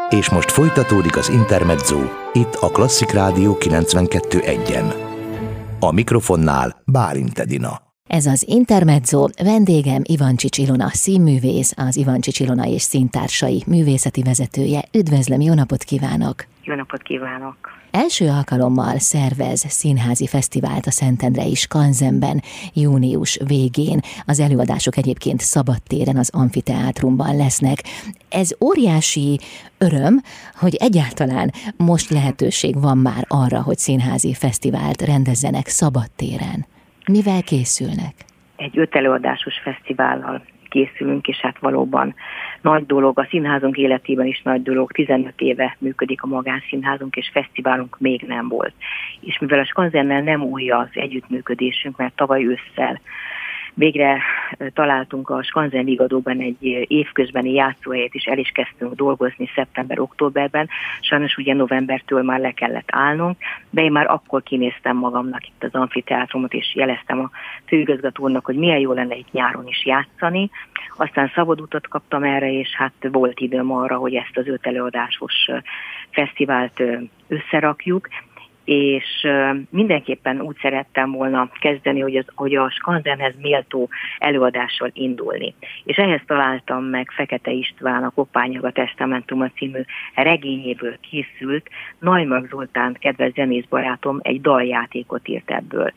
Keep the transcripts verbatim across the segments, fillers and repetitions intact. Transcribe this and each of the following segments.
És most folytatódik az Intermezzo, itt a Klasszik Rádió kilencvenkettő egyen. A mikrofonnál Bálint Edina. Ez az Intermezzo, vendégem Ivancsics Ilona színművész, az Ivancsics Ilona és Színtársai művészeti vezetője. Üdvözlöm, jó napot kívánok! Jó napot kívánok! Első alkalommal szervez színházi fesztivált a Szentendrei Skanzenben június végén. Az előadások egyébként szabadtéren, az amfiteátrumban lesznek. Ez óriási öröm, hogy egyáltalán most lehetőség van már arra, hogy színházi fesztivált rendezzenek szabadtéren. Mivel készülnek? Egy öt előadásos fesztivállal készülünk, és hát valóban nagy dolog, a színházunk életében is nagy dolog, tizenöt éve működik a magánszínházunk, és fesztiválunk még nem volt. És mivel a Skanzennel nem új az együttműködésünk, mert tavaly ősszel végre találtunk a Skanzen Vigadóban egy évközbeni játszóhelyet, és el is kezdtünk dolgozni szeptember-októberben. Sajnos ugye novembertől már le kellett állnunk, de én már akkor kinéztem magamnak itt az amfiteátrumot, és jeleztem a főigazgatónak, hogy milyen jó lenne itt nyáron is játszani. Aztán szabad utat kaptam erre, és hát volt időm arra, hogy ezt az öt előadásos fesztivált összerakjuk, és mindenképpen úgy szerettem volna kezdeni, hogy, az, hogy a Skanzenhez méltó előadással indulni. És ehhez találtam meg Fekete István, a Koppányog Tesztamentuma című regényéből készült, Neumann Zoltán, kedves zenészbarátom, egy daljátékot írt ebből.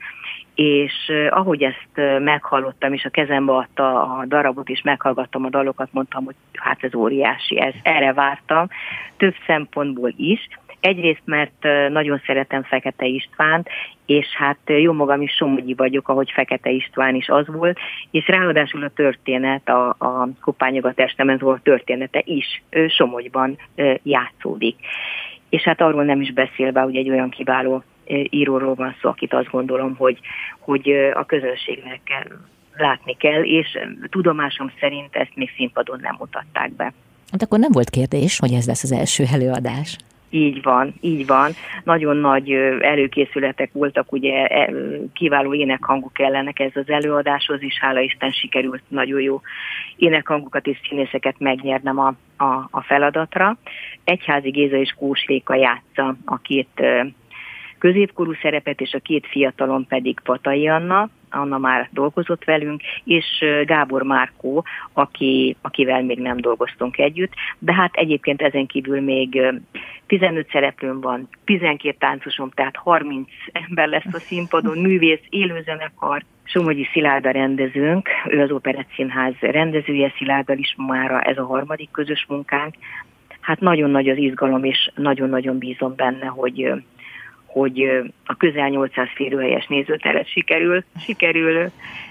És eh, ahogy ezt meghallottam, és a kezembe adta a darabot, és meghallgattam a dalokat, mondtam, hogy hát ez óriási, ez, erre vártam, több szempontból is. Egyrészt, mert nagyon szeretem Fekete Istvánt, és hát jó magam is somogyi vagyok, ahogy Fekete István is az volt, és ráadásul a történet, a, a Koppányog a Testament története is Somogyban játszódik. És hát arról nem is beszélve, hogy egy olyan kiváló íróról van szó, akit azt gondolom, hogy, hogy a közönségnek látni kell, és tudomásom szerint ezt még színpadon nem mutatták be. Hát akkor nem volt kérdés, hogy ez lesz az első előadás. Így van, így van. Nagyon nagy előkészületek voltak, ugye kiváló énekhangok kellenek ez az előadáshoz, és hála Isten sikerült nagyon jó énekhangokat és színészeket megnyernem a, a, a feladatra. Egyházi Géza és Kós Réka játsza a két középkorú szerepet, és a két fiatalon pedig Patai Anna, Anna már dolgozott velünk, és Gábor Márkó, aki, akivel még nem dolgoztunk együtt, de hát egyébként ezen kívül még tizenöt szereplőm van, tizenkét táncosom, tehát harminc ember lesz a színpadon, művész, élőzenekar, Somogyi Szilárd a rendezőnk, ő az Operett Színház rendezője, Szilárddal is mára ez a harmadik közös munkánk. Hát nagyon nagy az izgalom, és nagyon-nagyon bízom benne, hogy hogy a közel nyolcszáz férőhelyes nézőteret sikerül, sikerül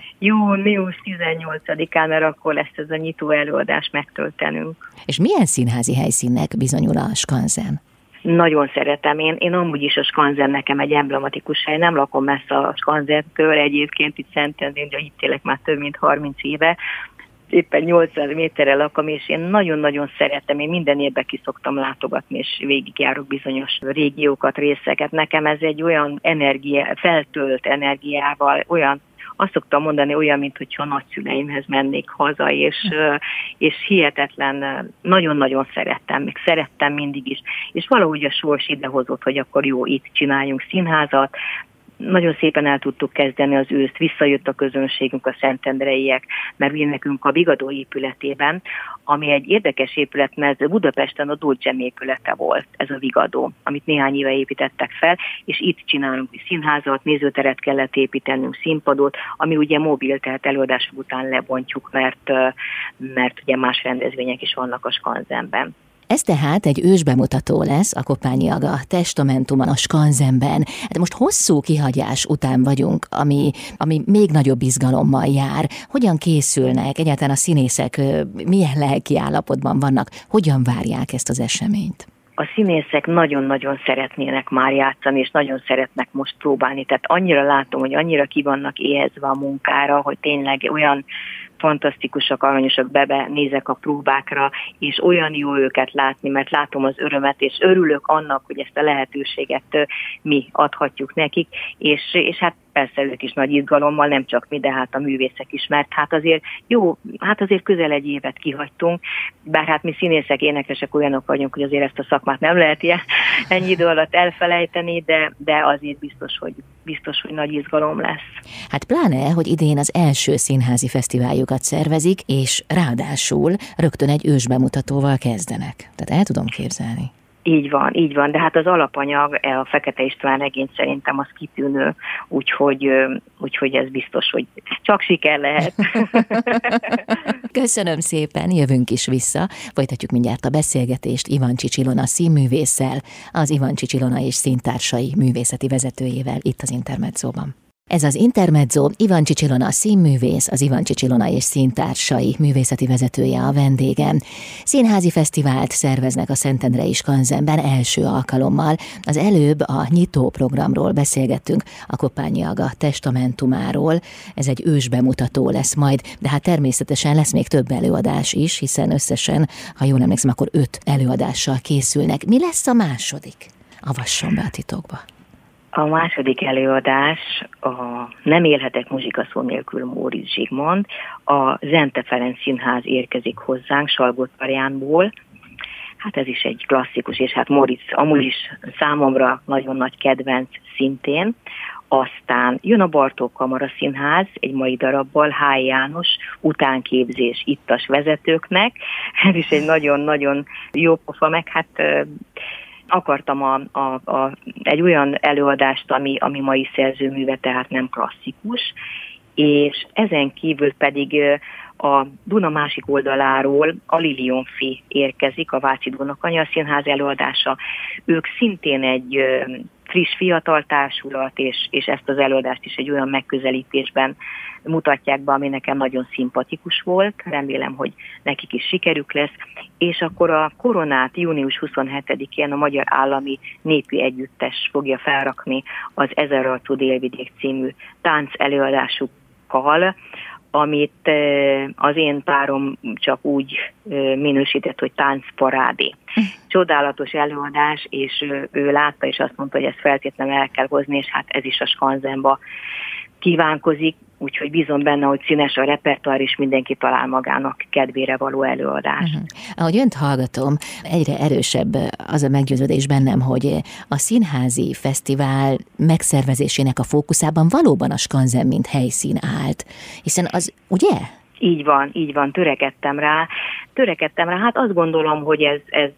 június tizennyolcadikán, mert akkor lesz ez a nyitó előadás megtöltenünk. És milyen színházi helyszínnek bizonyul a Skanzen? Nagyon szeretem. Én, én amúgy is a Skanzen nekem egy emblematikus hely. Nem lakom messze a Skanzentől, egyébként itt Szentendrén, de itt élek már több mint harminc éve. Éppen nyolcszáz méterre lakom, és én nagyon-nagyon szeretem, én minden évben ki szoktam látogatni, és végigjárok bizonyos régiókat, részeket. Nekem ez egy olyan energia, feltölt energiával, olyan, azt szoktam mondani, olyan, mint hogyha nagyszüleimhez mennék haza, és, és hihetetlen, nagyon-nagyon szerettem, még szerettem mindig is. És valahogy a sors idehozott, hogy akkor jó, itt csináljunk színházat. Nagyon szépen el tudtuk kezdeni az őszt, visszajött a közönségünk, a szentendreiek, mert ugye nekünk a Vigadó épületében, ami egy érdekes épület, mert Budapesten a Dodgem épülete volt, ez a Vigadó, amit néhány éve építettek fel, és itt csinálunk színházat, nézőteret kellett építenünk, színpadot, ami ugye mobil, tehát előadások után lebontjuk, mert, mert ugye más rendezvények is vannak a Skanzenben. Ez tehát egy ősbemutató lesz a Koppányog a Testamentumon, a Skanzenben. Hát most hosszú kihagyás után vagyunk, ami, ami még nagyobb izgalommal jár. Hogyan készülnek? Egyáltalán a színészek milyen lelki állapotban vannak? Hogyan várják ezt az eseményt? A színészek nagyon-nagyon szeretnének már játszani, és nagyon szeretnek most próbálni. Tehát annyira látom, hogy annyira ki vannak éhezve a munkára, hogy tényleg olyan fantasztikusak, aranyosak, bebe nézek a próbákra, és olyan jó őket látni, mert látom az örömet, és örülök annak, hogy ezt a lehetőséget mi adhatjuk nekik, és, és hát persze ők is nagy izgalommal, nem csak mi, de hát a művészek is, mert hát azért jó, hát azért közel egy évet kihagytunk, bár hát mi színészek, énekesek olyanok vagyunk, hogy azért ezt a szakmát nem lehet ilyen ennyi idő alatt elfelejteni, de, de azért biztos, hogy biztos, hogy nagy izgalom lesz. Hát pláne, hogy idén az első színházi fesztiváljukat szervezik, és ráadásul rögtön egy ősbemutatóval kezdenek. Tehát el tudom képzelni. Így van, így van, de hát az alapanyag, a Fekete István regény szerintem az kitűnő, úgyhogy, úgyhogy ez biztos, hogy csak siker lehet. Köszönöm szépen, jövünk is vissza. Folytatjuk mindjárt a beszélgetést Ivancsics Ilona színművésszel, az Ivancsics Ilona és színtársai művészeti vezetőjével itt az Intermedzóban. Ez az Intermezzo, Ivancsics Ilona színművész, az Ivancsics Ilona és színtársai művészeti vezetője a vendégem. Színházi fesztivált szerveznek a Szentendrei Skanzenben első alkalommal. Az előbb a nyitó programról beszélgettünk, a Koppányi Aga testamentumáról. Ez egy ősbemutató lesz majd, de hát természetesen lesz még több előadás is, hiszen összesen, ha jól emlékszem, akkor öt előadással készülnek. Mi lesz a második? Avasson be a titokba. A második előadás a Nem élhetek muzsikaszó nélkül Móricz Zsigmond. A Zente Ferenc Színház érkezik hozzánk Salgótarjánból. Hát ez is egy klasszikus, és hát Móricz amúgy is számomra nagyon nagy kedvenc szintén. Aztán jön a Bartók Kamara Színház egy mai darabbal, Háj János, utánképzés ittas vezetőknek. Ez is egy nagyon-nagyon jó pofa, meg hát akartam a, a, a, egy olyan előadást, ami, ami mai szerzőműve, tehát nem klasszikus, és ezen kívül pedig a Duna másik oldaláról a Lilionfi érkezik, a Váci Dunakanya Színház előadása. Ők szintén egy friss fiatal társulat, és, és ezt az előadást is egy olyan megközelítésben mutatják be, ami nekem nagyon szimpatikus volt. Remélem, hogy nekik is sikerük lesz. És akkor a Koronát június huszonhetedikén a Magyar Állami Népi Együttes fogja felrakni az Ezerarcú Délvidék című tánc előadásukkal, amit az én párom csak úgy minősített, hogy táncparádé. Csodálatos előadás, és ő látta, és azt mondta, hogy ezt feltétlenül el kell hozni, és hát ez is a Skanzenba kívánkozik, úgyhogy bízom benne, hogy színes a repertoár, és mindenki talál magának kedvére való előadás. Uh-huh. Ahogy önt hallgatom, egyre erősebb az a meggyőződés bennem, hogy a színházi fesztivál megszervezésének a fókuszában valóban a Skanzen mint helyszín állt. Hiszen az, ugye? Így van, így van, törekedtem rá. Törekedtem rá, hát azt gondolom, hogy ez, ez,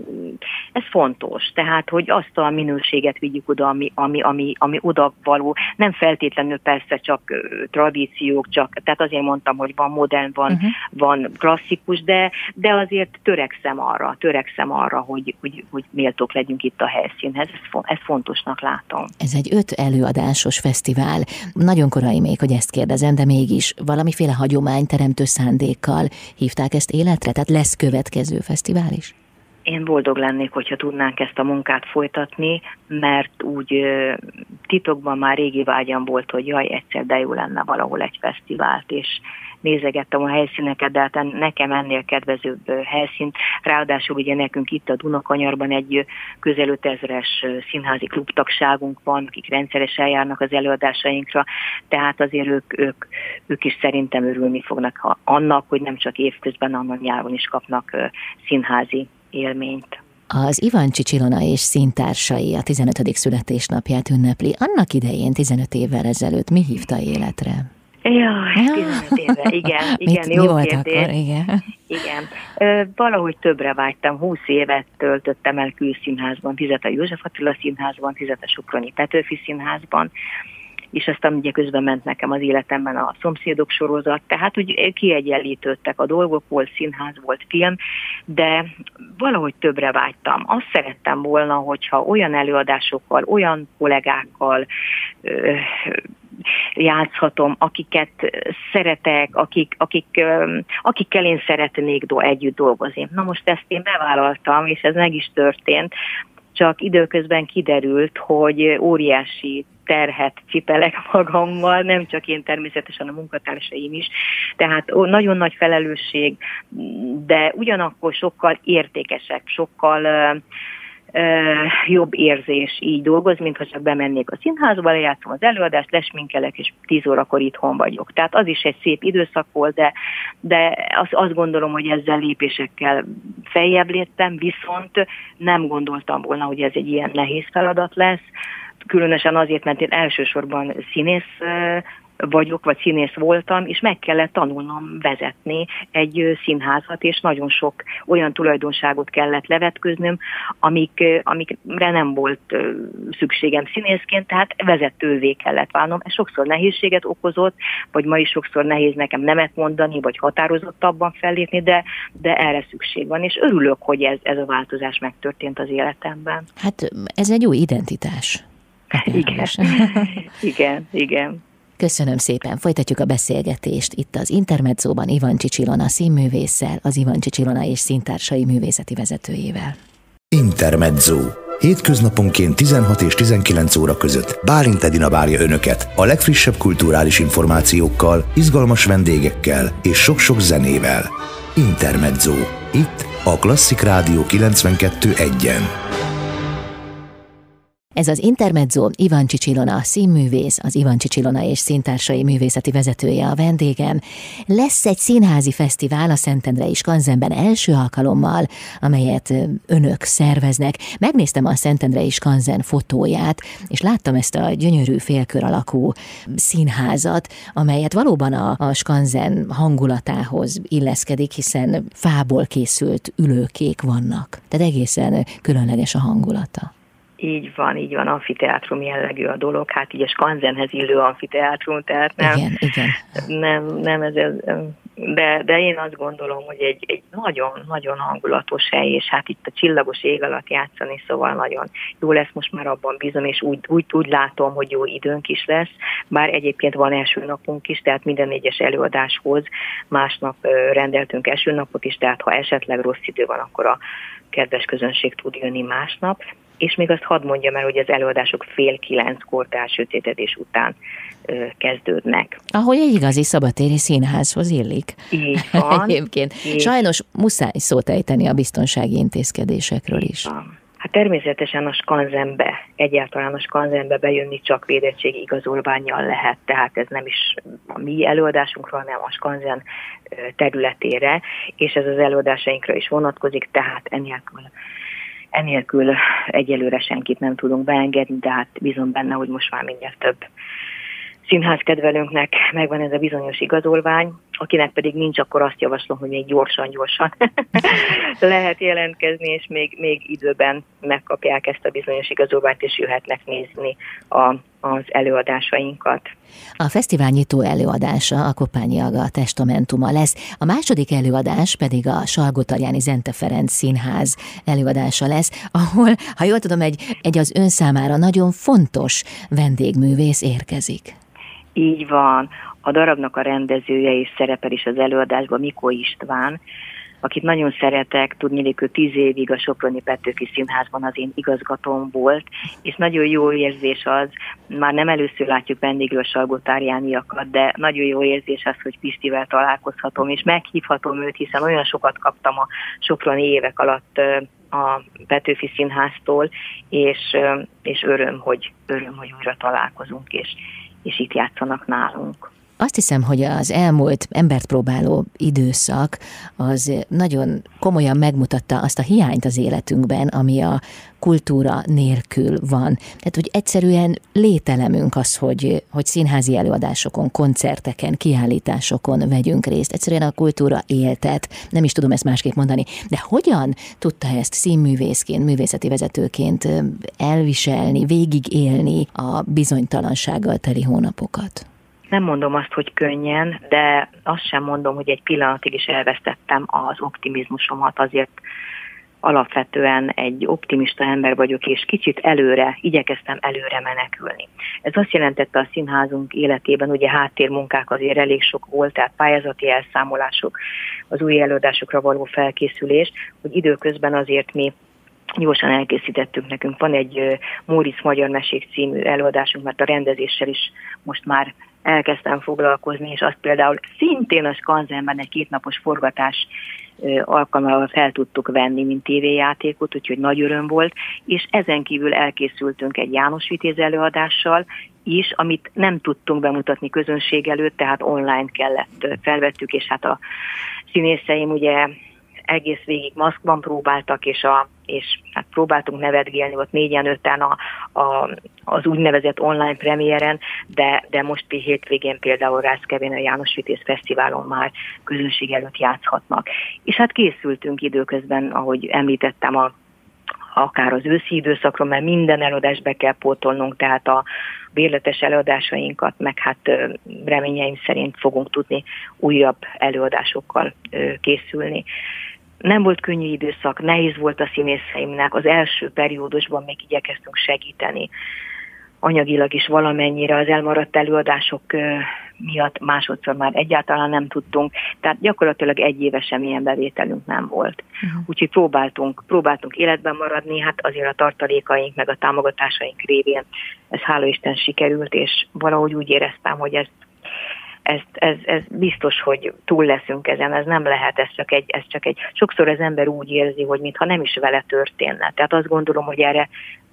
ez fontos. Tehát, hogy azt a minőséget vigyük oda, ami, ami, ami, ami oda való. Nem feltétlenül persze csak uh, tradíciók, csak, tehát azért mondtam, hogy van modern, van, uh-huh. van klasszikus, de, de azért törekszem arra, törekszem arra, hogy, hogy, hogy méltók legyünk itt a helyszínhez. Ezt, ezt fontosnak látom. Ez egy öt előadásos fesztivál. Nagyon korai még, hogy ezt kérdezem, de mégis valamiféle hagyományteremtő szándékkal hívták ezt életre? Tehát lesz következő fesztivál is? Én boldog lennék, hogyha tudnánk ezt a munkát folytatni, mert úgy titokban már régi vágyam volt, hogy jaj, egyszer de jó lenne valahol egy fesztivált, és nézegettem a helyszíneket, de hát nekem ennél kedvezőbb helyszínt. Ráadásul ugye nekünk itt a Dunakanyarban egy közel ötezres színházi klubtagságunk van, akik rendszeresen járnak az előadásainkra, tehát azért ők, ők, ők is szerintem örülni fognak annak, hogy nem csak évközben, hanem nyáron is kapnak színházi élményt. Az Ivancsics Ilona és színtársai a tizenötödik születésnapját ünnepli. Annak idején, tizenöt évvel ezelőtt mi hívta életre? Jaj, tizenöt éve, igen, igen, Mit, jó mi volt kérdés. Akkor? Igen. Igen. Ö, valahogy többre vágytam. húsz évet töltöttem el külszínházban, tizet a József Attila Színházban, tizet a Soproni Petőfi Színházban, és aztán ugye közben ment nekem az életemben a Szomszédok sorozat, tehát úgy kiegyenlítődtek a dolgok, volt színház, volt film, de valahogy többre vágytam. Azt szerettem volna, hogyha olyan előadásokkal, olyan kollégákkal ö, játszhatom, akiket szeretek, akik, akik, akikkel én szeretnék do, együtt dolgozni. Na most ezt én bevállaltam, és ez meg is történt, csak időközben kiderült, hogy óriási terhet cipelek magammal, nem csak én természetesen, a munkatársaim is, tehát nagyon nagy felelősség, de ugyanakkor sokkal értékesek, sokkal jobb érzés így dolgozni, mint ha csak bemennék a színházba, lejátszom az előadást, lesminkelek, és tíz órakor itthon vagyok. Tehát az is egy szép időszak volt, de, de azt, azt gondolom, hogy ezzel lépésekkel feljebb léptem, viszont nem gondoltam volna, hogy ez egy ilyen nehéz feladat lesz. Különösen azért, mert én elsősorban színész vagyok, vagy színész voltam, és meg kellett tanulnom vezetni egy színházat, és nagyon sok olyan tulajdonságot kellett levetköznöm, amik, amikre nem volt szükségem színészként, tehát vezetővé kellett válnom. Ez sokszor nehézséget okozott, vagy ma is sokszor nehéz nekem nemet mondani, vagy határozottabban fellépni, de, de erre szükség van, és örülök, hogy ez, ez a változás megtörtént az életemben. Hát ez egy új identitás. Igen, igen, igen. Köszönöm szépen, folytatjuk a beszélgetést itt az Intermedzóban Ivancsics Ilona színművésszel, az Ivancsics Ilona és Színtársai művészeti vezetőjével. Intermezzo. Hétköznaponként tizenhat és tizenkilenc óra között Bálint Edina várja Önöket a legfrissebb kulturális információkkal, izgalmas vendégekkel és sok-sok zenével. Intermezzo. Itt a Klasszik Rádió kilencvenkettő egyen. Ez az Intermezzo, Ivancsics Ilona színművész, az Ivancsics Ilona és Színtársai művészeti vezetője a vendégem. Lesz egy színházi fesztivál a Szentendrei Skanzenben első alkalommal, amelyet önök szerveznek. Megnéztem a Szentendrei Skanzen fotóját, és láttam ezt a gyönyörű félkör alakú színházat, amelyet valóban a, a Skanzen hangulatához illeszkedik, hiszen fából készült ülőkék vannak. Tehát egészen különleges a hangulata. Így van, így van, amfiteátrum jellegű a dolog, hát így a Skanzenhez illő amfiteátrum, tehát nem, igen, igen. nem, nem ez, ez de, de én azt gondolom, hogy egy, egy nagyon-nagyon hangulatos hely, és hát itt a csillagos ég alatt játszani, szóval nagyon jó lesz, most már abban bízom, és úgy, úgy, úgy látom, hogy jó időnk is lesz, bár egyébként van első napunk is, tehát minden egyes előadáshoz másnap rendeltünk első napot is, tehát ha esetleg rossz idő van, akkor a kedves közönség tud jönni másnap. És még azt hadd mondjam el, hogy az előadások fél kilenckor, tehát sötétedés után ö, kezdődnek. Ahogy egy igazi szabadtéri színházhoz illik. Így van. Egyébként. Így. Sajnos muszáj szót ejteni a biztonsági intézkedésekről is. Van. Hát természetesen a Skanzenbe, egyáltalán a Skanzenbe bejönni csak védettségi igazolvánnyal lehet, tehát ez nem is a mi előadásunkra, hanem a Skanzen területére, és ez az előadásainkra is vonatkozik, tehát enélkül Enélkül egyelőre senkit nem tudunk beengedni, de hát bízom benne, hogy most már mindjárt több színházkedvelőnknek megvan ez a bizonyos igazolvány, akinek pedig nincs, akkor azt javaslom, hogy még gyorsan-gyorsan lehet jelentkezni, és még, még időben megkapják ezt a bizonyos igazolványt, és jöhetnek nézni a, az előadásainkat. A fesztivál nyitó előadása a Koppányi Aga Testamentuma lesz, a második előadás pedig a Salgótarjáni Zente Ferenc Színház előadása lesz, ahol, ha jól tudom, egy, egy az ön számára nagyon fontos vendégművész érkezik. Így van. A darabnak a rendezője és szerepel is az előadásban Mikó István, akit nagyon szeretek, tudniillik, ő tíz évig a Soproni Petőfi Színházban az én igazgatóm volt, és nagyon jó érzés az, már nem először látjuk vendégül a salgótarjániakat, de nagyon jó érzés az, hogy Pistivel találkozhatom, és meghívhatom őt, hiszen olyan sokat kaptam a soproni évek alatt a Petőfi Színháztól, és, és öröm, hogy, öröm, hogy újra találkozunk, és, és itt játszanak nálunk. Azt hiszem, hogy az elmúlt embert próbáló időszak az nagyon komolyan megmutatta azt a hiányt az életünkben, ami a kultúra nélkül van. Tehát, hogy egyszerűen lételemünk az, hogy, hogy színházi előadásokon, koncerteken, kiállításokon vegyünk részt. Egyszerűen a kultúra éltet, nem is tudom ezt másképp mondani. De hogyan tudta ezt színművészként, művészeti vezetőként elviselni, végigélni a bizonytalansággal teli hónapokat? Nem mondom azt, hogy könnyen, de azt sem mondom, hogy egy pillanatig is elvesztettem az optimizmusomat, azért alapvetően egy optimista ember vagyok, és kicsit előre, igyekeztem előre menekülni. Ez azt jelentette a színházunk életében, ugye háttérmunkák azért elég sok volt, tehát pályázati elszámolások, az új előadásokra való felkészülés, hogy időközben azért mi gyorsan elkészítettünk, nekünk van egy Móricz Magyar Mesék című előadásunk, mert a rendezéssel is most már elkezdtem foglalkozni, és azt például szintén a Skanzenben egy kétnapos forgatás alkalmával fel tudtuk venni, mint tévéjátékot, úgyhogy nagy öröm volt, és ezen kívül elkészültünk egy János Vitéz előadással is, amit nem tudtunk bemutatni közönség előtt, tehát online kellett, felvettük, és hát a színészeim ugye egész végig maszkban próbáltak, és, a, és hát próbáltunk nevetgélni, ott négyen öten a, a, az úgynevezett online premiéren, de, de most hétvégén például Rászkevén a János Vitéz Fesztiválon már közönség előtt játszhatnak. És hát készültünk időközben, ahogy említettem, a, akár az őszi időszakról, mert minden előadást be kell pótolnunk, tehát a bérletes előadásainkat, meg hát reményeim szerint fogunk tudni újabb előadásokkal készülni. Nem volt könnyű időszak, nehéz volt a színészeimnek, az első periódusban még igyekeztünk segíteni, anyagilag is valamennyire, az elmaradt előadások miatt másodszor már egyáltalán nem tudtunk, tehát gyakorlatilag egy éve semmilyen bevételünk nem volt. Uh-huh. Úgyhogy próbáltunk, próbáltunk életben maradni, hát azért a tartalékaink, meg a támogatásaink révén ez hála Isten sikerült, és valahogy úgy éreztem, hogy ez Ez, ez, ez biztos, hogy túl leszünk ezen, ez nem lehet, ez csak, egy, ez csak egy, sokszor az ember úgy érzi, hogy mintha nem is vele történne. Tehát azt gondolom, hogy erre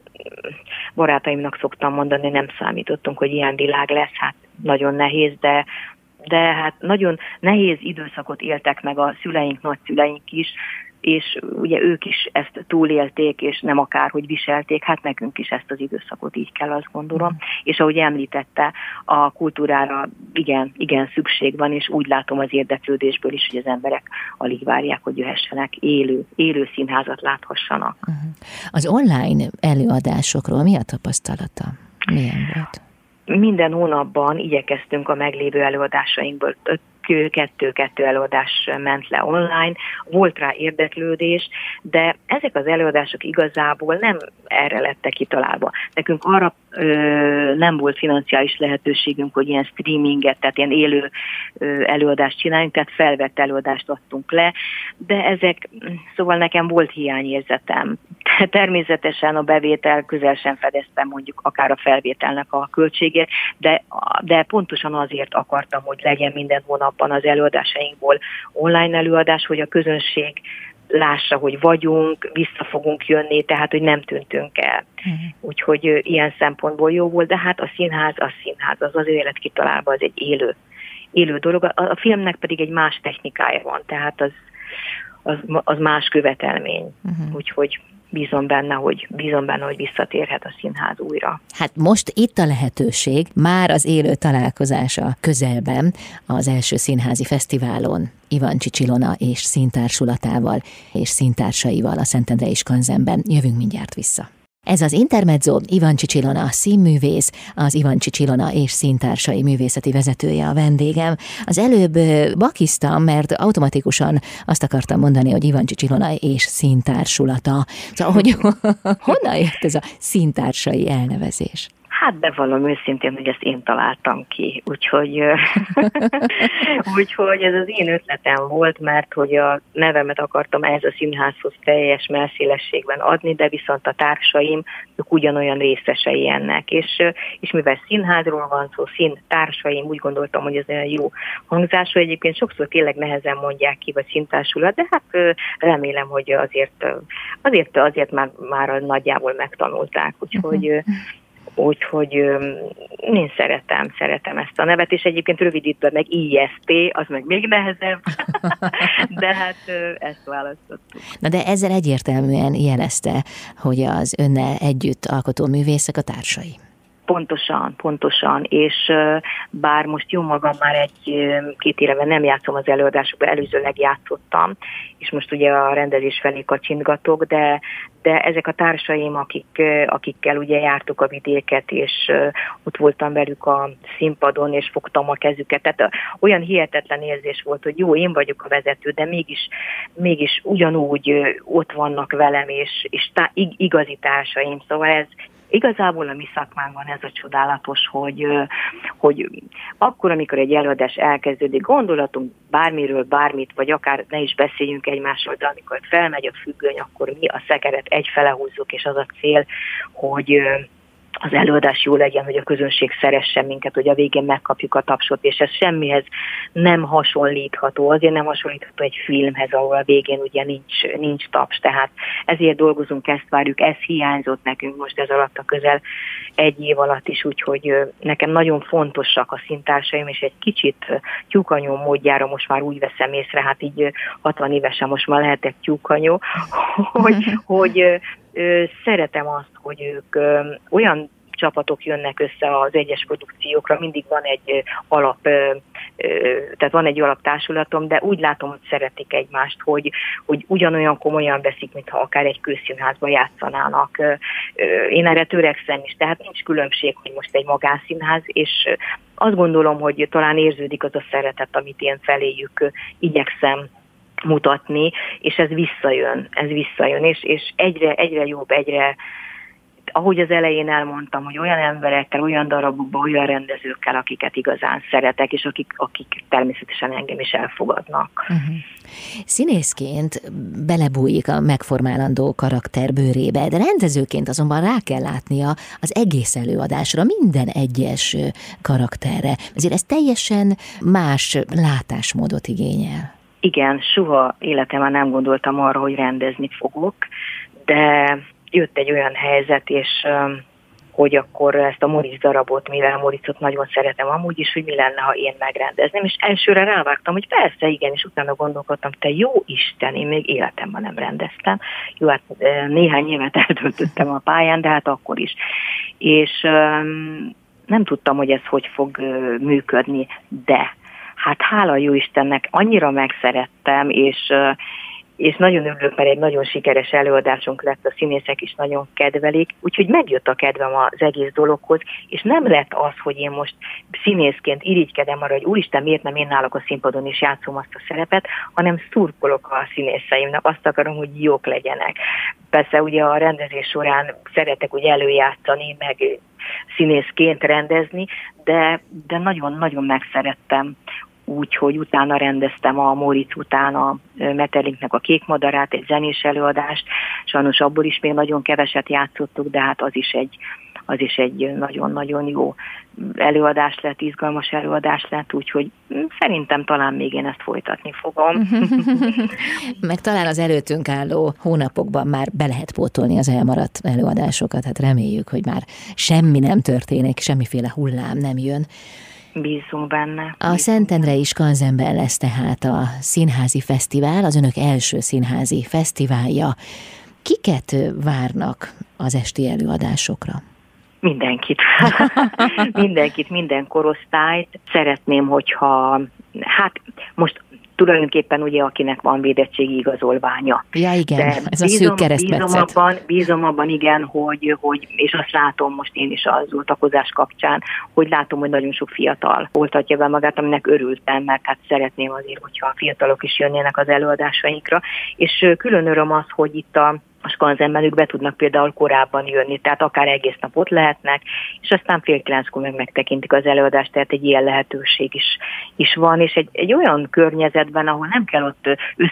barátaimnak szoktam mondani, nem számítottunk, hogy ilyen világ lesz, hát nagyon nehéz, de, de hát nagyon nehéz időszakot éltek meg a szüleink, nagyszüleink is, és ugye ők is ezt túlélték, és nem akárhogy viselték, hát nekünk is ezt az időszakot így kell, azt gondolom. Mm. És ahogy említette, a kultúrára igen, igen szükség van, és úgy látom az érdeklődésből is, hogy az emberek alig várják, hogy jöhessenek, élő, élő színházat láthassanak. Mm. Az online előadásokról mi a tapasztalata? Milyen volt? Minden hónapban igyekeztünk a meglévő előadásainkból kettő-kettő előadás ment le online, volt rá érdeklődés, de ezek az előadások igazából nem erre lettek kitalálva. Nekünk arra ö, nem volt financiális lehetőségünk, hogy ilyen streaminget, tehát ilyen élő ö, előadást csináljunk, tehát felvett előadást adtunk le, de ezek, szóval nekem volt hiányérzetem. Természetesen a bevétel közel sem fedeztem mondjuk akár a felvételnek a költségét, de, de pontosan azért akartam, hogy legyen minden hónapban az előadásainkból online előadás, hogy a közönség lássa, hogy vagyunk, vissza fogunk jönni, tehát, hogy nem tűntünk el. Uh-huh. Úgyhogy ö, ilyen szempontból jó volt, de hát a színház, a színház, az az élet kitalálva, az egy élő, élő dolog. A, a filmnek pedig egy más technikája van, tehát az, az, az más követelmény. Uh-huh. Úgyhogy bízom benne, hogy, bízom benne, hogy visszatérhet a színház újra. Hát most itt a lehetőség, már az élő találkozása közelben az első színházi fesztiválon Ivancsics Ilona és színtársulatával és színtársaival a Szentendrei Skanzenben. Jövünk mindjárt vissza. Ez az Intermezzo, Ivancsics Ilona színművész, az Ivancsics Ilona és színtársai művészeti vezetője a vendégem. Az előbb bakiztam, mert automatikusan azt akartam mondani, hogy Ivancsics Ilona és színtársulata. Szóval, hogy honnan jött ez a színtársai elnevezés? Hát bevallom őszintén, hogy ezt én találtam ki, úgyhogy, úgyhogy ez az én ötletem volt, mert hogy a nevemet akartam ehhez a színházhoz teljes mellszélességben adni, de viszont a társaim ők ugyanolyan részesei ennek, és, és mivel színházról van szó, színtársaim, úgy gondoltam, hogy ez olyan jó hangzású, egyébként sokszor tényleg nehezen mondják ki, vagy színtársulat, de hát remélem, hogy azért, azért, azért már, már nagyjából megtanulták, úgyhogy Úgyhogy én szeretem, szeretem ezt a nevet, és egyébként rövidítve meg I S T, az meg még nehezebb, de hát ezt választottuk. Na de ezzel egyértelműen jelezte, hogy az önnel együtt alkotó művészek a társai. Pontosan, pontosan, és bár most jó magam már egy-két éve nem játszom az előadásokban, előzőleg játszottam, és most ugye a rendezés felé kacsintgatok, de, de ezek a társaim, akik, akikkel ugye jártuk a vidéket, és ott voltam velük a színpadon, és fogtam a kezüket, tehát olyan hihetetlen érzés volt, hogy jó, én vagyok a vezető, de mégis, mégis ugyanúgy ott vannak velem, és, és tá- igazi társaim, szóval ez igazából a mi szakmánkban ez a csodálatos, hogy, hogy akkor, amikor egy előadás elkezdődik, gondolatunk bármiről, bármit, vagy akár ne is beszéljünk egymásról, de amikor felmegy a függöny, akkor mi a szekeret egyfele húzzuk, és az a cél, hogy az előadás jó legyen, hogy a közönség szeressen minket, hogy a végén megkapjuk a tapsot, és ez semmihez nem hasonlítható, azért nem hasonlítható egy filmhez, ahol a végén ugye nincs, nincs taps, tehát ezért dolgozunk, ezt várjuk, ez hiányzott nekünk most ez alatt a közel egy év alatt is, úgyhogy nekem nagyon fontosak a színtársaim, és egy kicsit tyúkanyó módjára most már úgy veszem észre, hát így hatvan évesen most már lehetek tyúkanyó, hogy, hogy ö, szeretem azt, hogy ők ö, olyan csapatok jönnek össze az egyes produkciókra, mindig van egy alap, tehát van egy alaptársulatom, de úgy látom, hogy szeretik egymást, hogy, hogy ugyanolyan komolyan veszik, mintha akár egy közszínházban játszanának. Én erre törekszem is, tehát nincs különbség, hogy most egy magánszínház, és azt gondolom, hogy talán érződik az a szeretet, amit én feléjük igyekszem mutatni, és ez visszajön, ez visszajön, és, és egyre, egyre jobb, egyre ahogy az elején elmondtam, hogy olyan emberekkel, olyan darabokban, olyan rendezőkkel, akiket igazán szeretek, és akik, akik természetesen engem is elfogadnak. Uh-huh. Színészként belebújik a megformálandó karakter bőrébe, de rendezőként azonban rá kell látnia az egész előadásra, minden egyes karakterre. Ezért ez teljesen más látásmódot igényel. Igen, soha életemben nem gondoltam arra, hogy rendezni fogok, de jött egy olyan helyzet, és hogy akkor ezt a Móricz darabot, mivel Móriczot nagyon szeretem amúgy is, hogy mi lenne, ha én megrendezném, és elsőre rávágtam, hogy persze, igen, és utána gondolkodtam, te jó Isten, én még életemben nem rendeztem. Jó, hát néhány évet eltöltöttem a pályán, de hát akkor is. És um, nem tudtam, hogy ez hogy fog uh, működni, de hát hála jó Istennek annyira megszerettem, és uh, és nagyon örülök, mert egy nagyon sikeres előadásunk lett, a színészek is nagyon kedvelik, úgyhogy megjött a kedvem az egész dologhoz, és nem lett az, hogy én most színészként irigykedem arra, hogy úristen, miért nem én állok a színpadon és játszom azt a szerepet, hanem szurkolok a színészeimnek, azt akarom, hogy jók legyenek. Persze ugye a rendezés során szeretek ugye előjátszani, meg színészként rendezni, de, de nagyon-nagyon megszerettem. Úgyhogy utána rendeztem a Móricz után a Metterlinknek a Kék madarát, egy zenés előadást. Sajnos abból is még nagyon keveset játszottuk, de hát az is egy, az is egy nagyon-nagyon jó előadás lett, izgalmas előadás lett, úgyhogy szerintem talán még én ezt folytatni fogom. Meg talán az előttünk álló hónapokban már be lehet pótolni az elmaradt előadásokat, hát reméljük, hogy már semmi nem történik, semmiféle hullám nem jön. Bízunk benne. A Szentendrei Skanzenben lesz tehát a színházi fesztivál, az önök első színházi fesztiválja. Kiket várnak az esti előadásokra? Mindenkit. Mindenkit, minden korosztályt. Szeretném, hogyha, hát most tulajdonképpen ugye, akinek van védettségi igazolványa. Ja igen, de ez bízom, a szűk keresztmetszet. Bízom abban, bízom abban, igen, hogy, hogy, és azt látom most én is az oltakozás kapcsán, hogy látom, hogy nagyon sok fiatal oltatja be magát, aminek örültem, mert hát szeretném azért, hogyha a fiatalok is jönnének az előadásainkra. És külön öröm az, hogy itt a a Skanzenben ők be tudnak például korábban jönni, tehát akár egész nap ott lehetnek, és aztán fél kilenckor meg megtekintik az előadást, tehát egy ilyen lehetőség is, is van, és egy, egy olyan környezetben, ahol nem kell ott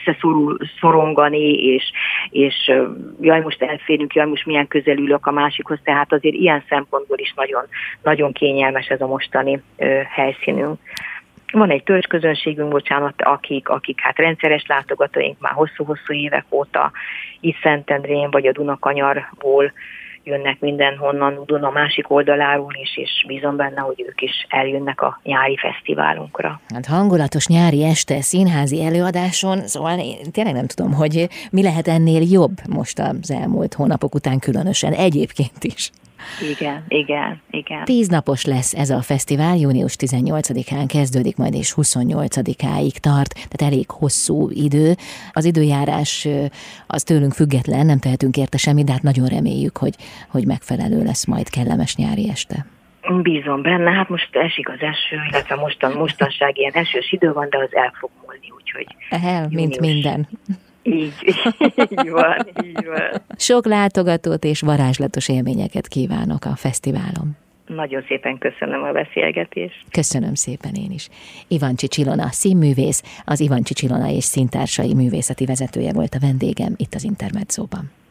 összeszorongani, és, és jaj, most elférünk, jaj, most milyen közel ülök a másikhoz, tehát azért ilyen szempontból is nagyon, nagyon kényelmes ez a mostani ö, helyszínünk. Van egy törzsközönségünk, bocsánat, akik, akik hát rendszeres látogatóink már hosszú-hosszú évek óta itt Szentendrén vagy a Dunakanyarból jönnek mindenhonnan, Duna másik oldaláról is, és bízom benne, hogy ők is eljönnek a nyári fesztiválunkra. Hát hangulatos nyári este színházi előadáson, szóval én tényleg nem tudom, hogy mi lehet ennél jobb most az elmúlt hónapok után különösen, egyébként is. Igen, igen, igen. Tíz napos lesz ez a fesztivál, június tizennyolcadikán kezdődik majd, és huszonnyolcadikáig tart, tehát elég hosszú idő. Az időjárás az tőlünk független, nem tehetünk érte semmit, de hát nagyon reméljük, hogy, hogy megfelelő lesz majd kellemes nyári este. Bízom benne, hát most esik az eső, illetve mostan, mostanság ilyen esős idő van, de az el fog múlni, úgyhogy... El, mint minden. Így, így van, így van. Sok látogatót és varázslatos élményeket kívánok a fesztiválon. Nagyon szépen köszönöm a beszélgetést. Köszönöm szépen én is. Ivancsics Ilona, színművész, az Ivancsics Ilona és színtársai művészeti vezetője volt a vendégem itt az Intermedzóban.